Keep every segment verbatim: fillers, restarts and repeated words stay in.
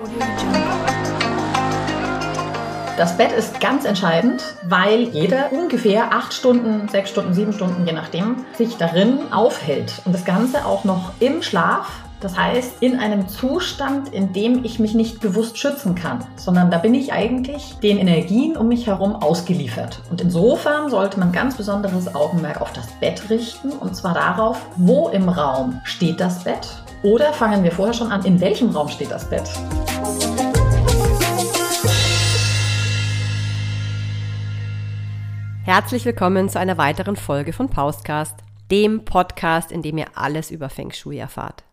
Das Bett ist ganz entscheidend, weil jeder ungefähr acht Stunden, sechs Stunden, sieben Stunden, je nachdem, sich darin aufhält. Und das Ganze auch noch im Schlaf. Das heißt, in einem Zustand, in dem ich mich nicht bewusst schützen kann, sondern da bin ich eigentlich den Energien um mich herum ausgeliefert. Und insofern sollte man ganz besonderes Augenmerk auf das Bett richten, und zwar darauf, wo im Raum steht das Bett. Oder fangen wir vorher schon an, in welchem Raum steht das Bett? Herzlich willkommen zu einer weiteren Folge von Paustcast, dem Podcast, in dem ihr alles über Feng Shui erfahrt.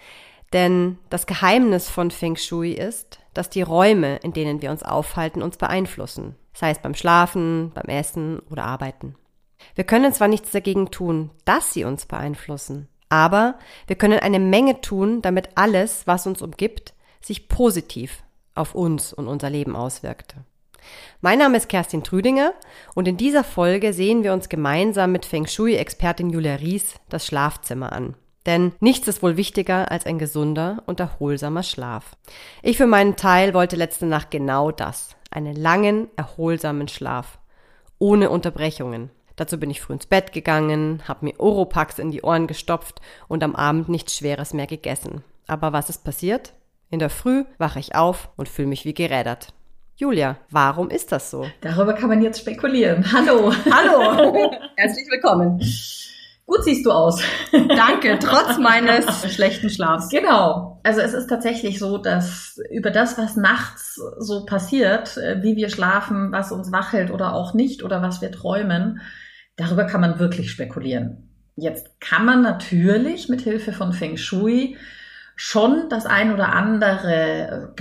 Denn das Geheimnis von Feng Shui ist, dass die Räume, in denen wir uns aufhalten, uns beeinflussen. Sei es beim Schlafen, beim Essen oder Arbeiten. Wir können zwar nichts dagegen tun, dass sie uns beeinflussen, aber wir können eine Menge tun, damit alles, was uns umgibt, sich positiv auf uns und unser Leben auswirkt. Mein Name ist Kerstin Trüdinger und in dieser Folge sehen wir uns gemeinsam mit Feng Shui-Expertin Julia Ries das Schlafzimmer an. Denn nichts ist wohl wichtiger als ein gesunder und erholsamer Schlaf. Ich für meinen Teil wollte letzte Nacht genau das, einen langen, erholsamen Schlaf, ohne Unterbrechungen. Dazu bin ich früh ins Bett gegangen, habe mir Oropax in die Ohren gestopft und am Abend nichts Schweres mehr gegessen. Aber was ist passiert? In der Früh wache ich auf und fühle mich wie gerädert. Julia, warum ist das so? Darüber kann man jetzt spekulieren. Hallo. Hallo. Herzlich willkommen. Gut siehst du aus. Danke, trotz meines schlechten Schlafs. Genau. Also es ist tatsächlich so, dass über das, was nachts so passiert, wie wir schlafen, was uns wach hält oder auch nicht oder was wir träumen, darüber kann man wirklich spekulieren. Jetzt kann man natürlich mit Hilfe von Feng Shui schon das ein oder andere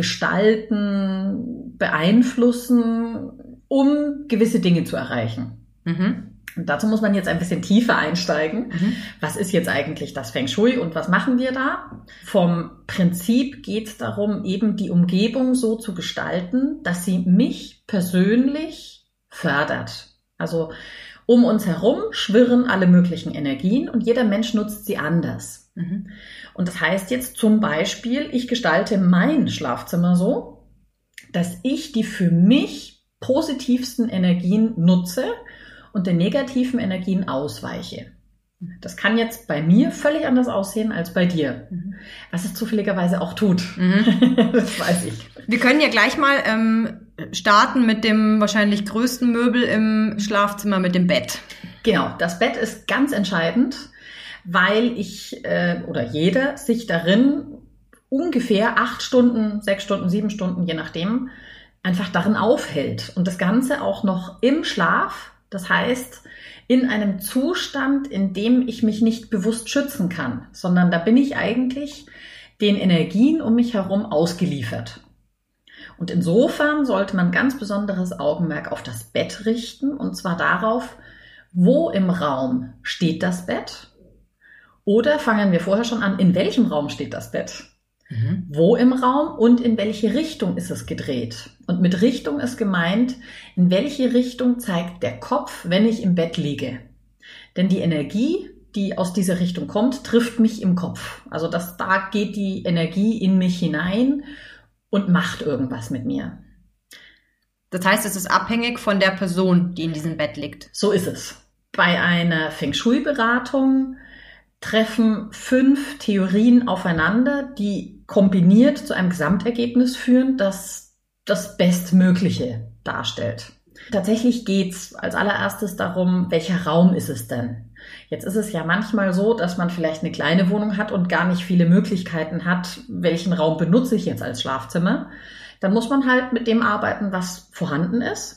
gestalten, beeinflussen, um gewisse Dinge zu erreichen. Mhm. Und dazu muss man jetzt ein bisschen tiefer einsteigen. Mhm. Was ist jetzt eigentlich das Feng Shui und was machen wir da? Vom Prinzip geht es darum, eben die Umgebung so zu gestalten, dass sie mich persönlich fördert. Also um uns herum schwirren alle möglichen Energien und jeder Mensch nutzt sie anders. Mhm. Und das heißt jetzt zum Beispiel, ich gestalte mein Schlafzimmer so, dass ich die für mich positivsten Energien nutze und den negativen Energien ausweiche. Das kann jetzt bei mir völlig anders aussehen als bei dir, mhm. was es zufälligerweise auch tut. Mhm. Das weiß ich. Wir können ja gleich mal ähm, starten mit dem wahrscheinlich größten Möbel im Schlafzimmer, mit dem Bett. Genau, das Bett ist ganz entscheidend, weil ich äh, oder jeder sich darin ungefähr acht Stunden, sechs Stunden, sieben Stunden, je nachdem, einfach darin aufhält. Und das Ganze auch noch im Schlaf. Das heißt, in einem Zustand, in dem ich mich nicht bewusst schützen kann, sondern da bin ich eigentlich den Energien um mich herum ausgeliefert. Und insofern sollte man ganz besonderes Augenmerk auf das Bett richten, und zwar darauf, wo im Raum steht das Bett? Oder fangen wir vorher schon an, in welchem Raum steht das Bett? Mhm. Wo im Raum und in welche Richtung ist es gedreht? Und mit Richtung ist gemeint, in welche Richtung zeigt der Kopf, wenn ich im Bett liege? Denn die Energie, die aus dieser Richtung kommt, trifft mich im Kopf. Also das, da geht die Energie in mich hinein und macht irgendwas mit mir. Das heißt, es ist abhängig von der Person, die in diesem Bett liegt. So ist es. Bei einer Feng Shui-Beratung treffen fünf Theorien aufeinander, die kombiniert zu einem Gesamtergebnis führen, das das Bestmögliche darstellt. Tatsächlich geht's als allererstes darum, welcher Raum ist es denn? Jetzt ist es ja manchmal so, dass man vielleicht eine kleine Wohnung hat und gar nicht viele Möglichkeiten hat, welchen Raum benutze ich jetzt als Schlafzimmer. Dann muss man halt mit dem arbeiten, was vorhanden ist.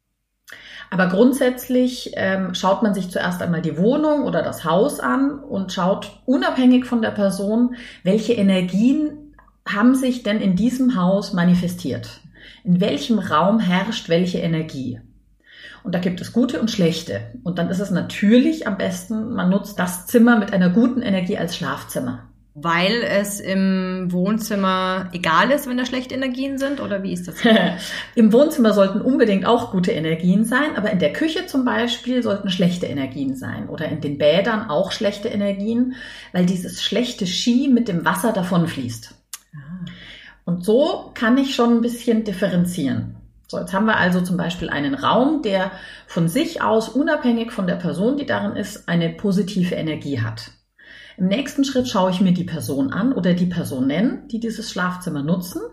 Aber grundsätzlich ähm, schaut man sich zuerst einmal die Wohnung oder das Haus an und schaut unabhängig von der Person, welche Energien haben sich denn in diesem Haus manifestiert. In welchem Raum herrscht welche Energie? Und da gibt es gute und schlechte. Und dann ist es natürlich am besten, man nutzt das Zimmer mit einer guten Energie als Schlafzimmer. Weil es im Wohnzimmer egal ist, wenn da schlechte Energien sind? Oder wie ist das? Im Wohnzimmer sollten unbedingt auch gute Energien sein, aber in der Küche zum Beispiel sollten schlechte Energien sein. Oder in den Bädern auch schlechte Energien, weil dieses schlechte Qi mit dem Wasser davonfließt. Ah. Und so kann ich schon ein bisschen differenzieren. So, jetzt haben wir also zum Beispiel einen Raum, der von sich aus, unabhängig von der Person, die darin ist, eine positive Energie hat. Im nächsten Schritt schaue ich mir die Person an oder die Personen, die dieses Schlafzimmer nutzen.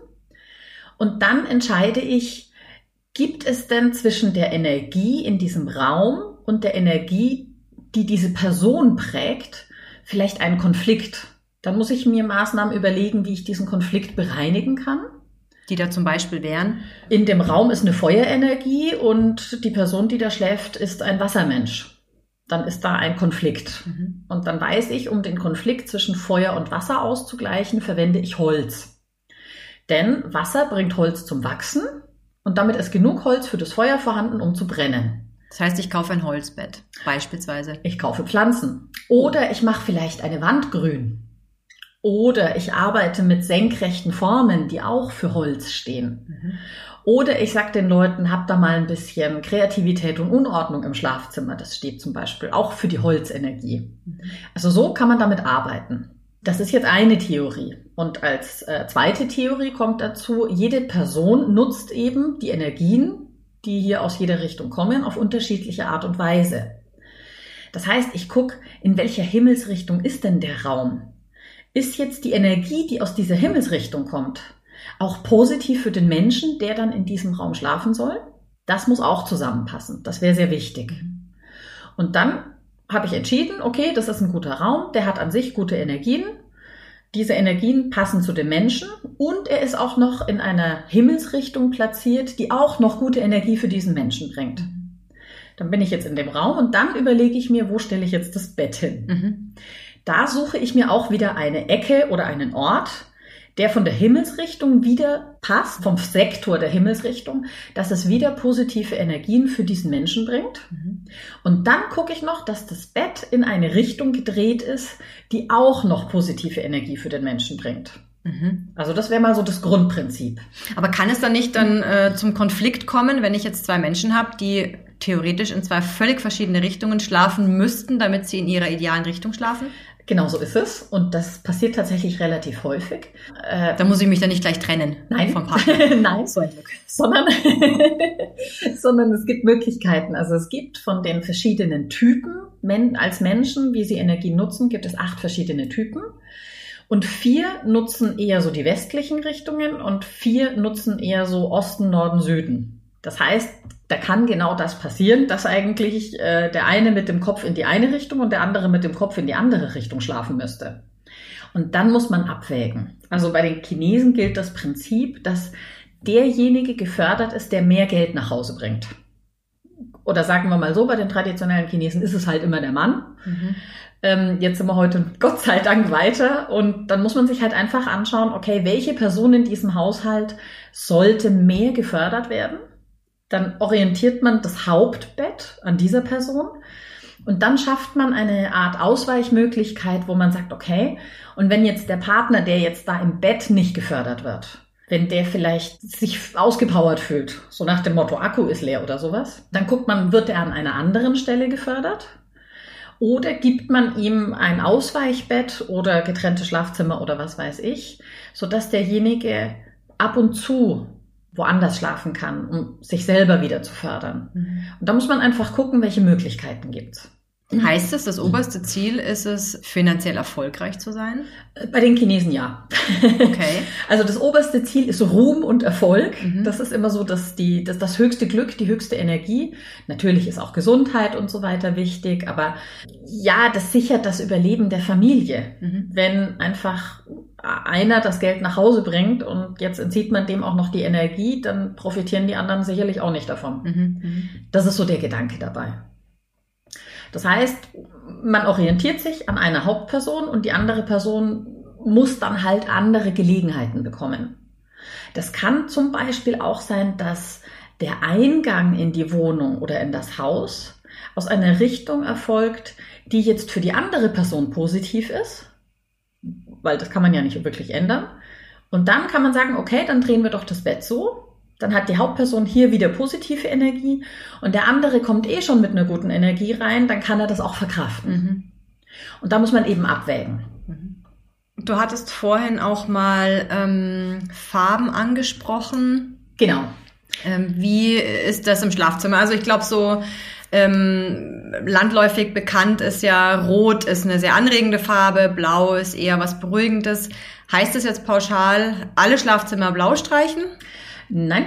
Und dann entscheide ich, gibt es denn zwischen der Energie in diesem Raum und der Energie, die diese Person prägt, vielleicht einen Konflikt? Dann muss ich mir Maßnahmen überlegen, wie ich diesen Konflikt bereinigen kann. Die da zum Beispiel wären? In dem Raum ist eine Feuerenergie und die Person, die da schläft, ist ein Wassermensch. Dann ist da ein Konflikt. Mhm. Und dann weiß ich, um den Konflikt zwischen Feuer und Wasser auszugleichen, verwende ich Holz. Denn Wasser bringt Holz zum Wachsen und damit ist genug Holz für das Feuer vorhanden, um zu brennen. Das heißt, ich kaufe ein Holzbett, beispielsweise. Ich kaufe Pflanzen. Oder ich mache vielleicht eine Wand grün. Oder ich arbeite mit senkrechten Formen, die auch für Holz stehen. Mhm. Oder ich sage den Leuten, habt da mal ein bisschen Kreativität und Unordnung im Schlafzimmer. Das steht zum Beispiel auch für die Holzenergie. Mhm. Also so kann man damit arbeiten. Das ist jetzt eine Theorie. Und als äh, zweite Theorie kommt dazu, jede Person nutzt eben die Energien, die hier aus jeder Richtung kommen, auf unterschiedliche Art und Weise. Das heißt, ich gucke, in welcher Himmelsrichtung ist denn der Raum? Ist jetzt die Energie, die aus dieser Himmelsrichtung kommt, auch positiv für den Menschen, der dann in diesem Raum schlafen soll? Das muss auch zusammenpassen. Das wäre sehr wichtig. Und dann habe ich entschieden, okay, das ist ein guter Raum, der hat an sich gute Energien. Diese Energien passen zu dem Menschen und er ist auch noch in einer Himmelsrichtung platziert, die auch noch gute Energie für diesen Menschen bringt. Dann bin ich jetzt in dem Raum und dann überlege ich mir, wo stelle ich jetzt das Bett hin? Mhm. Da suche ich mir auch wieder eine Ecke oder einen Ort, der von der Himmelsrichtung wieder passt, vom Sektor der Himmelsrichtung, dass es wieder positive Energien für diesen Menschen bringt. Mhm. Und dann gucke ich noch, dass das Bett in eine Richtung gedreht ist, die auch noch positive Energie für den Menschen bringt. Mhm. Also das wäre mal so das Grundprinzip. Aber kann es dann nicht dann äh, zum Konflikt kommen, wenn ich jetzt zwei Menschen habe, die theoretisch in zwei völlig verschiedene Richtungen schlafen müssten, damit sie in ihrer idealen Richtung schlafen? Genau so ist es und das passiert tatsächlich relativ häufig. Äh, da muss ich mich dann nicht gleich trennen nein. vom Partner. Nein, so ein Glück. Sondern, sondern es gibt Möglichkeiten. Also es gibt von den verschiedenen Typen, men, als Menschen, wie sie Energie nutzen, gibt es acht verschiedene Typen. Und vier nutzen eher so die westlichen Richtungen und vier nutzen eher so Osten, Norden, Süden. Das heißt, da kann genau das passieren, dass eigentlich äh, der eine mit dem Kopf in die eine Richtung und der andere mit dem Kopf in die andere Richtung schlafen müsste. Und dann muss man abwägen. Also bei den Chinesen gilt das Prinzip, dass derjenige gefördert ist, der mehr Geld nach Hause bringt. Oder sagen wir mal so, bei den traditionellen Chinesen ist es halt immer der Mann. Mhm. Ähm, jetzt sind wir heute Gott sei Dank weiter und dann muss man sich halt einfach anschauen, okay, welche Person in diesem Haushalt sollte mehr gefördert werden? Dann orientiert man das Hauptbett an dieser Person und dann schafft man eine Art Ausweichmöglichkeit, wo man sagt, okay, und wenn jetzt der Partner, der jetzt da im Bett nicht gefördert wird, wenn der vielleicht sich ausgepowert fühlt, so nach dem Motto Akku ist leer oder sowas, dann guckt man, wird er an einer anderen Stelle gefördert? Oder gibt man ihm ein Ausweichbett oder getrennte Schlafzimmer oder was weiß ich, sodass derjenige ab und zu woanders schlafen kann, um sich selber wieder zu fördern. Mhm. Und da muss man einfach gucken, welche Möglichkeiten gibt's. Heißt es, das oberste Ziel ist es, finanziell erfolgreich zu sein? Bei den Chinesen ja. Okay. Also das oberste Ziel ist Ruhm und Erfolg. Mhm. Das ist immer so das, die, das, das höchste Glück, die höchste Energie. Natürlich ist auch Gesundheit und so weiter wichtig, aber ja, das sichert das Überleben der Familie. Mhm. Wenn einfach einer das Geld nach Hause bringt und jetzt entzieht man dem auch noch die Energie, dann profitieren die anderen sicherlich auch nicht davon. Mhm. Das ist so der Gedanke dabei. Das heißt, man orientiert sich an einer Hauptperson und die andere Person muss dann halt andere Gelegenheiten bekommen. Das kann zum Beispiel auch sein, dass der Eingang in die Wohnung oder in das Haus aus einer Richtung erfolgt, die jetzt für die andere Person positiv ist, weil das kann man ja nicht wirklich ändern. Und dann kann man sagen, okay, dann drehen wir doch das Bett so. Dann hat die Hauptperson hier wieder positive Energie und der andere kommt eh schon mit einer guten Energie rein, dann kann er das auch verkraften. Mhm. Und da muss man eben abwägen. Mhm. Du hattest vorhin auch mal ähm, Farben angesprochen. Genau. Ähm, wie ist das im Schlafzimmer? Also ich glaube, so ähm, landläufig bekannt ist ja, Rot ist eine sehr anregende Farbe, Blau ist eher was Beruhigendes. Heißt das jetzt pauschal, alle Schlafzimmer blau streichen? Nein,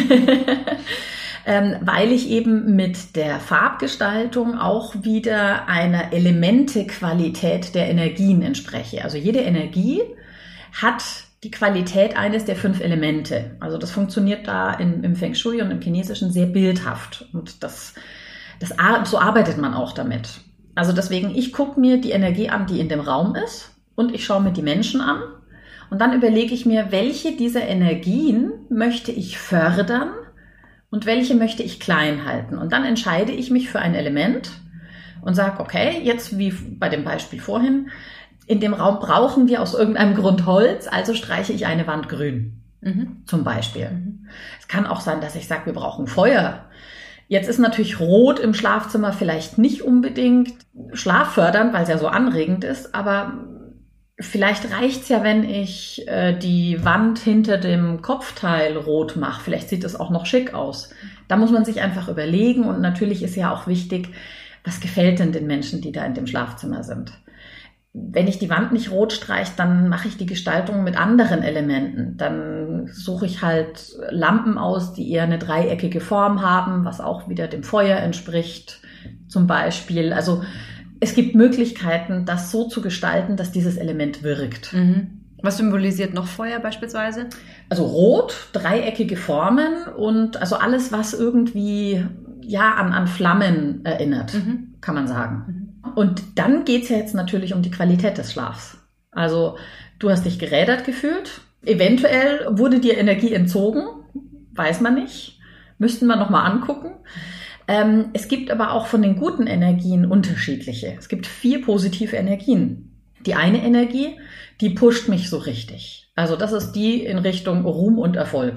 ähm, weil ich eben mit der Farbgestaltung auch wieder einer Elementequalität der Energien entspreche. Also jede Energie hat die Qualität eines der fünf Elemente. Also das funktioniert da in, im Feng Shui und im Chinesischen sehr bildhaft. Und das, das, so arbeitet man auch damit. Also deswegen, ich gucke mir die Energie an, die in dem Raum ist, und ich schaue mir die Menschen an. Und dann überlege ich mir, welche dieser Energien möchte ich fördern und welche möchte ich klein halten. Und dann entscheide ich mich für ein Element und sage, okay, jetzt wie bei dem Beispiel vorhin, in dem Raum brauchen wir aus irgendeinem Grund Holz, also streiche ich eine Wand grün, mhm. zum Beispiel. Mhm. Es kann auch sein, dass ich sage, wir brauchen Feuer. Jetzt ist natürlich Rot im Schlafzimmer vielleicht nicht unbedingt schlaffördernd, weil es ja so anregend ist, aber vielleicht reicht's ja, wenn ich äh, die Wand hinter dem Kopfteil rot mache. Vielleicht sieht es auch noch schick aus. Da muss man sich einfach überlegen, und natürlich ist ja auch wichtig, was gefällt denn den Menschen, die da in dem Schlafzimmer sind. Wenn ich die Wand nicht rot streiche, dann mache ich die Gestaltung mit anderen Elementen. Dann suche ich halt Lampen aus, die eher eine dreieckige Form haben, was auch wieder dem Feuer entspricht, zum Beispiel. Also es gibt Möglichkeiten, das so zu gestalten, dass dieses Element wirkt. Mhm. Was symbolisiert noch Feuer beispielsweise? Also rot, dreieckige Formen und also alles, was irgendwie ja an, an Flammen erinnert, mhm. kann man sagen. Mhm. Und dann geht's ja jetzt natürlich um die Qualität des Schlafs. Also du hast dich gerädert gefühlt, eventuell wurde dir Energie entzogen, weiß man nicht, müssten wir nochmal angucken. Ähm, es gibt aber auch von den guten Energien unterschiedliche. Es gibt vier positive Energien. Die eine Energie, die pusht mich so richtig. Also das ist die in Richtung Ruhm und Erfolg.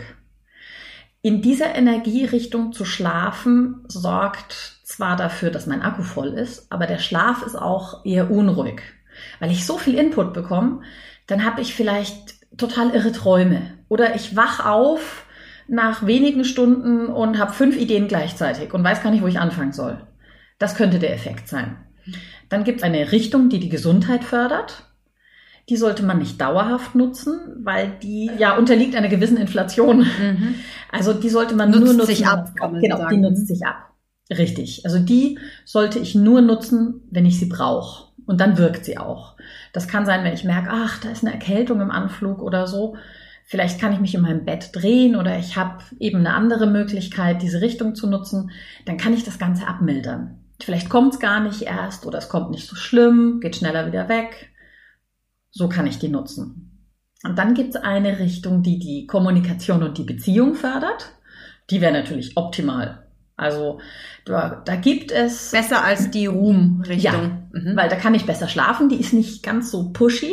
In dieser Energierichtung zu schlafen sorgt zwar dafür, dass mein Akku voll ist, aber der Schlaf ist auch eher unruhig. Weil ich so viel Input bekomme, dann habe ich vielleicht total irre Träume. Oder ich wach auf nach wenigen Stunden und habe fünf Ideen gleichzeitig und weiß gar nicht, wo ich anfangen soll. Das könnte der Effekt sein. Dann gibt es eine Richtung, die die Gesundheit fördert. Die sollte man nicht dauerhaft nutzen, weil die ja unterliegt einer gewissen Inflation. Mhm. Also die sollte man nutzt nur nutzen. Sich ab, kann man genau, sagen. Die nutzt sich ab. Richtig. Also die sollte ich nur nutzen, wenn ich sie brauche. Und dann wirkt sie auch. Das kann sein, wenn ich merke, ach, da ist eine Erkältung im Anflug oder so. Vielleicht kann ich mich in meinem Bett drehen oder ich habe eben eine andere Möglichkeit, diese Richtung zu nutzen. Dann kann ich das Ganze abmildern. Vielleicht kommt es gar nicht erst oder es kommt nicht so schlimm, geht schneller wieder weg. So kann ich die nutzen. Und dann gibt es eine Richtung, die die Kommunikation und die Beziehung fördert. Die wäre natürlich optimal. Also da, da gibt es... Besser als die Ruhm-Richtung. Ja, mhm. weil da kann ich besser schlafen. Die ist nicht ganz so pushy.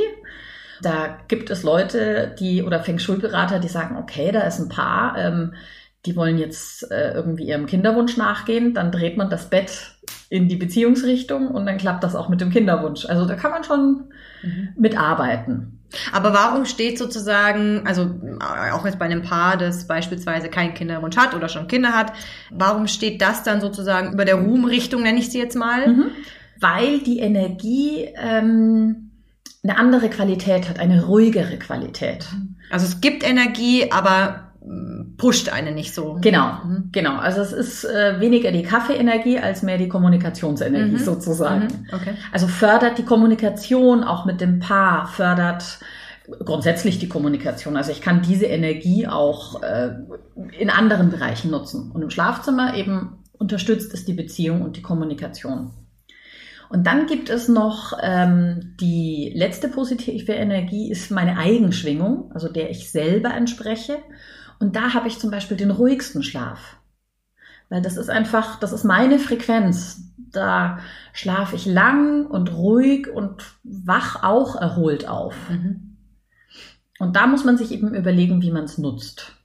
Da gibt es Leute, die oder Feng Shui-Berater, die sagen, okay, da ist ein Paar, ähm, die wollen jetzt äh, irgendwie ihrem Kinderwunsch nachgehen. Dann dreht man das Bett in die Beziehungsrichtung und dann klappt das auch mit dem Kinderwunsch. Also da kann man schon mhm. mitarbeiten. Aber warum steht sozusagen, also auch jetzt bei einem Paar, das beispielsweise keinen Kinderwunsch hat oder schon Kinder hat, warum steht das dann sozusagen über der Ruhmrichtung, nenne ich sie jetzt mal? Mhm. Weil die Energie ähm, eine andere Qualität hat, eine ruhigere Qualität. Also es gibt Energie, aber pusht eine nicht so. Genau, mhm. genau. Also es ist äh, weniger die Kaffeeenergie als mehr die Kommunikationsenergie mhm. sozusagen. Mhm. Okay. Also fördert die Kommunikation auch mit dem Paar, fördert grundsätzlich die Kommunikation. Also ich kann diese Energie auch äh, in anderen Bereichen nutzen. Und im Schlafzimmer eben unterstützt es die Beziehung und die Kommunikation. Und dann gibt es noch ähm, die letzte positive Energie, ist meine Eigenschwingung, also der ich selber entspreche. Und da habe ich zum Beispiel den ruhigsten Schlaf. Weil das ist einfach, das ist meine Frequenz. Da schlafe ich lang und ruhig und wach auch erholt auf. Mhm. Und da muss man sich eben überlegen, wie man es nutzt.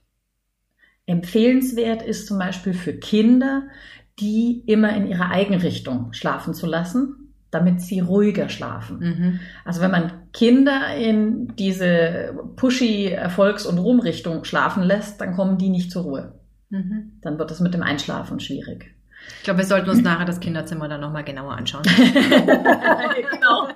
Empfehlenswert ist zum Beispiel für Kinder, die immer in ihrer Eigenrichtung schlafen zu lassen, damit sie ruhiger schlafen. Mhm. Also wenn man Kinder in diese pushy Erfolgs- und Ruhmrichtung schlafen lässt, dann kommen die nicht zur Ruhe. Mhm. Dann wird es mit dem Einschlafen schwierig. Ich glaube, wir sollten uns nachher das Kinderzimmer dann nochmal genauer anschauen. Genau.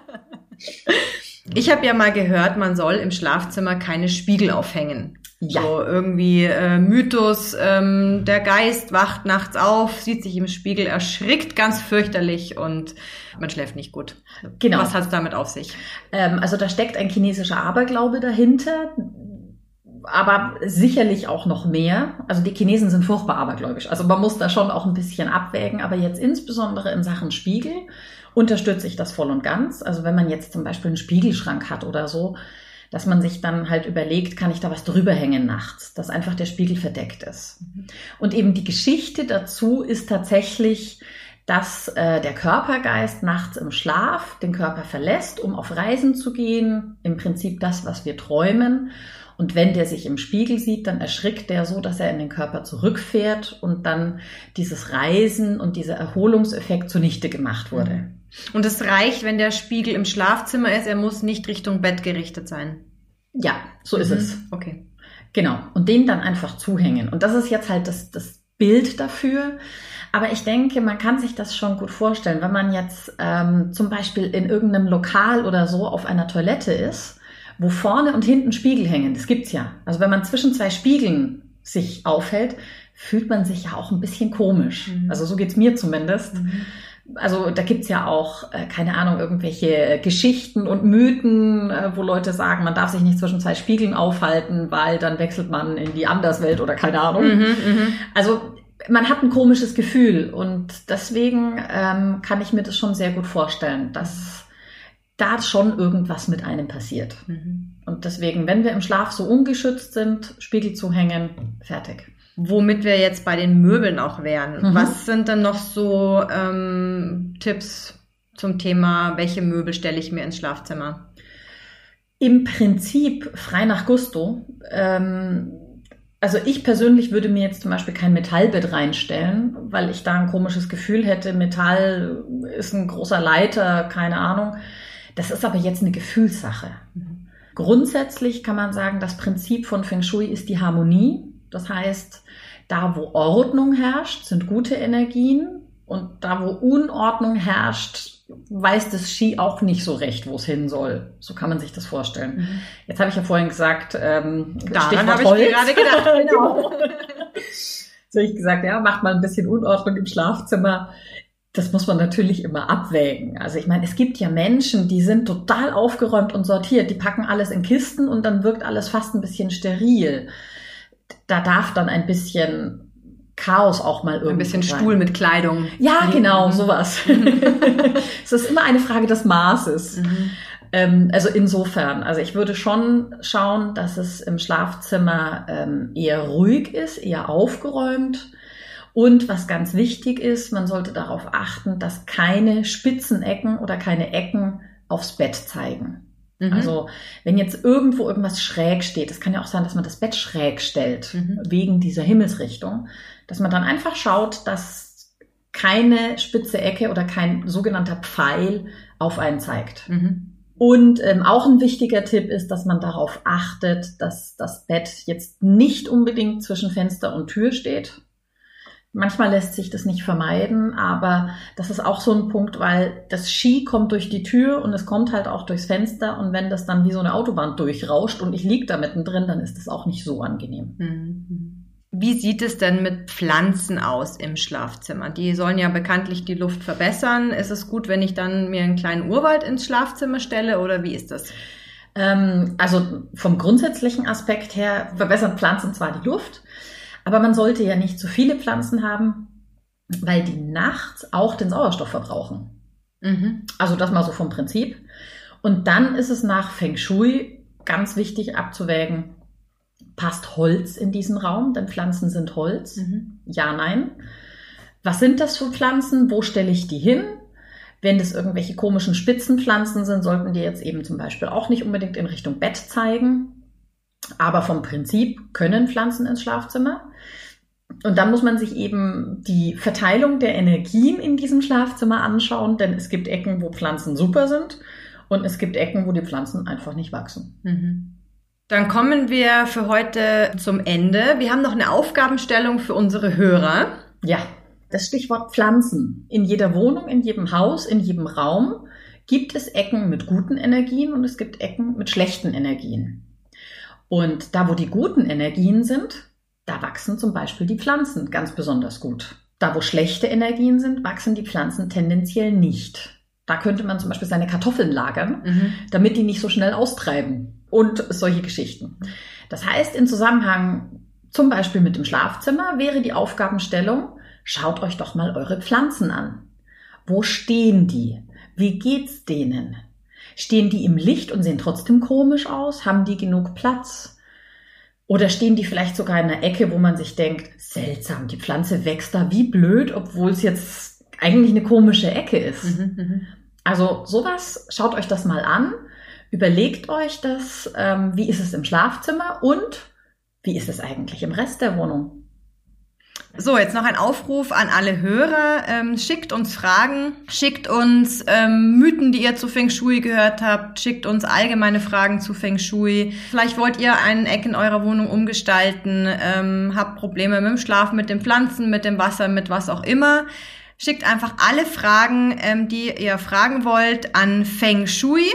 Ich habe ja mal gehört, man soll im Schlafzimmer keine Spiegel aufhängen. Ja. So irgendwie äh, Mythos, ähm, der Geist wacht nachts auf, sieht sich im Spiegel, erschrickt ganz fürchterlich und man schläft nicht gut. Genau. Was hat es damit auf sich? Ähm, also da steckt ein chinesischer Aberglaube dahinter, aber sicherlich auch noch mehr. Also die Chinesen sind furchtbar abergläubisch. Also man muss da schon auch ein bisschen abwägen, aber jetzt insbesondere in Sachen Spiegel unterstütze ich das voll und ganz. Also wenn man jetzt zum Beispiel einen Spiegelschrank hat oder so, dass man sich dann halt überlegt, kann ich da was drüber hängen nachts, dass einfach der Spiegel verdeckt ist. Mhm. Und eben die Geschichte dazu ist tatsächlich, dass äh, der Körpergeist nachts im Schlaf den Körper verlässt, um auf Reisen zu gehen, im Prinzip das, was wir träumen. Und wenn der sich im Spiegel sieht, dann erschrickt der so, dass er in den Körper zurückfährt und dann dieses Reisen und dieser Erholungseffekt zunichte gemacht wurde. Und es reicht, wenn der Spiegel im Schlafzimmer ist, er muss nicht Richtung Bett gerichtet sein. Ja, so ist mhm. es. Okay. Genau. Und den dann einfach zuhängen. Und das ist jetzt halt das, das Bild dafür. Aber ich denke, man kann sich das schon gut vorstellen, wenn man jetzt ähm, zum Beispiel in irgendeinem Lokal oder so auf einer Toilette ist, wo vorne und hinten Spiegel hängen. Das gibt's ja. Also wenn man zwischen zwei Spiegeln sich aufhält, fühlt man sich ja auch ein bisschen komisch. Mhm. Also so geht's mir zumindest. Mhm. Also da gibt's ja auch, äh, keine Ahnung, irgendwelche Geschichten und Mythen, äh, wo Leute sagen, man darf sich nicht zwischen zwei Spiegeln aufhalten, weil dann wechselt man in die Anderswelt oder keine Ahnung. Mhm, mh. Also man hat ein komisches Gefühl und deswegen ähm, kann ich mir das schon sehr gut vorstellen, dass da schon irgendwas mit einem passiert. Mhm. Und deswegen, wenn wir im Schlaf so ungeschützt sind, Spiegel zu hängen, fertig. Womit wir jetzt bei den Möbeln auch wären. Mhm. Was sind denn noch so ähm, Tipps zum Thema, welche Möbel stelle ich mir ins Schlafzimmer? Im Prinzip frei nach Gusto. Ähm, also ich persönlich würde mir jetzt zum Beispiel kein Metallbett reinstellen, weil ich da ein komisches Gefühl hätte, Metall ist ein großer Leiter, keine Ahnung. Das ist aber jetzt eine Gefühlssache. Mhm. Grundsätzlich kann man sagen, das Prinzip von Feng Shui ist die Harmonie. Das heißt, da wo Ordnung herrscht, sind gute Energien und da wo Unordnung herrscht, weiß das Qi auch nicht so recht, wo es hin soll. So kann man sich das vorstellen. Mhm. Jetzt habe ich ja vorhin gesagt, ähm, daran habe ich dir gerade gedacht. Genau. So habe ich gesagt, ja, macht mal ein bisschen Unordnung im Schlafzimmer. Das muss man natürlich immer abwägen. Also ich meine, es gibt ja Menschen, die sind total aufgeräumt und sortiert. Die packen alles in Kisten und dann wirkt alles fast ein bisschen steril. Da darf dann ein bisschen Chaos auch mal irgendwie ein bisschen sein. Stuhl mit Kleidung. Ja, liegen. Genau, sowas. Es ist immer eine Frage des Maßes. Mhm. Ähm, also insofern, also ich würde schon schauen, dass es im Schlafzimmer ähm, eher ruhig ist, eher aufgeräumt. Und was ganz wichtig ist, man sollte darauf achten, dass keine spitzen Ecken oder keine Ecken aufs Bett zeigen. Mhm. Also wenn jetzt irgendwo irgendwas schräg steht, es kann ja auch sein, dass man das Bett schräg stellt, mhm. wegen dieser Himmelsrichtung, dass man dann einfach schaut, dass keine spitze Ecke oder kein sogenannter Pfeil auf einen zeigt. Mhm. Und ähm, auch ein wichtiger Tipp ist, dass man darauf achtet, dass das Bett jetzt nicht unbedingt zwischen Fenster und Tür steht. Manchmal lässt sich das nicht vermeiden, aber das ist auch so ein Punkt, weil das Qi kommt durch die Tür und es kommt halt auch durchs Fenster und wenn das dann wie so eine Autobahn durchrauscht und ich liege da mittendrin, dann ist das auch nicht so angenehm. Wie sieht es denn mit Pflanzen aus im Schlafzimmer? Die sollen ja bekanntlich die Luft verbessern. Ist es gut, wenn ich dann mir einen kleinen Urwald ins Schlafzimmer stelle oder wie ist das? Ähm, also vom grundsätzlichen Aspekt her verbessern Pflanzen zwar die Luft, aber man sollte ja nicht zu viele Pflanzen haben, weil die nachts auch den Sauerstoff verbrauchen. Mhm. Also das mal so vom Prinzip. Und dann ist es nach Feng Shui ganz wichtig abzuwägen, passt Holz in diesen Raum? Denn Pflanzen sind Holz. Mhm. Ja, nein. Was sind das für Pflanzen? Wo stelle ich die hin? Wenn das irgendwelche komischen Spitzenpflanzen sind, sollten die jetzt eben zum Beispiel auch nicht unbedingt in Richtung Bett zeigen. Aber vom Prinzip können Pflanzen ins Schlafzimmer. Und dann muss man sich eben die Verteilung der Energien in diesem Schlafzimmer anschauen, denn es gibt Ecken, wo Pflanzen super sind Und es gibt Ecken, wo die Pflanzen einfach nicht wachsen. Mhm. Dann kommen wir für heute zum Ende. Wir haben noch eine Aufgabenstellung für unsere Hörer. Ja, das Stichwort Pflanzen. In jeder Wohnung, in jedem Haus, in jedem Raum gibt es Ecken mit guten Energien und es gibt Ecken mit schlechten Energien. Und da, wo die guten Energien sind, da wachsen zum Beispiel die Pflanzen ganz besonders gut. Da, wo schlechte Energien sind, wachsen die Pflanzen tendenziell nicht. Da könnte man zum Beispiel seine Kartoffeln lagern, mhm. damit die nicht so schnell austreiben und solche Geschichten. Das heißt, in Zusammenhang zum Beispiel mit dem Schlafzimmer wäre die Aufgabenstellung, schaut euch doch mal eure Pflanzen an. Wo stehen die? Wie geht's denen? Stehen die im Licht und sehen trotzdem komisch aus? Haben die genug Platz? Oder stehen die vielleicht sogar in einer Ecke, wo man sich denkt, seltsam, die Pflanze wächst da wie blöd, obwohl es jetzt eigentlich eine komische Ecke ist. Mhm, mh. Also sowas, schaut euch das mal an, überlegt euch das, ähm, wie ist es im Schlafzimmer und wie ist es eigentlich im Rest der Wohnung. So, jetzt noch ein Aufruf an alle Hörer. Ähm, schickt uns Fragen, schickt uns ähm, Mythen, die ihr zu Feng Shui gehört habt, schickt uns allgemeine Fragen zu Feng Shui. Vielleicht wollt ihr ein Eck in eurer Wohnung umgestalten, ähm, habt Probleme mit dem Schlafen, mit den Pflanzen, mit dem Wasser, mit was auch immer. Schickt einfach alle Fragen, ähm, die ihr fragen wollt, an fengshui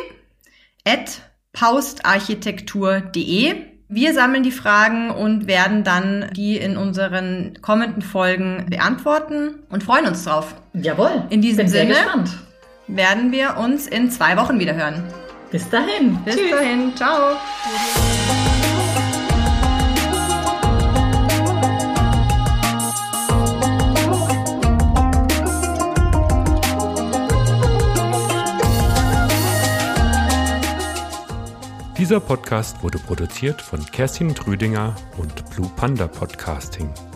at paustarchitektur punkt de. Wir sammeln die Fragen und werden dann die in unseren kommenden Folgen beantworten und freuen uns drauf. Jawohl. In diesem bin Sinne sehr gespannt. Werden wir uns in zwei Wochen wieder hören. Bis dahin. Bis Tschüss. dahin. Ciao. Dieser Podcast wurde produziert von Kerstin Trüdinger und Blue Panda Podcasting.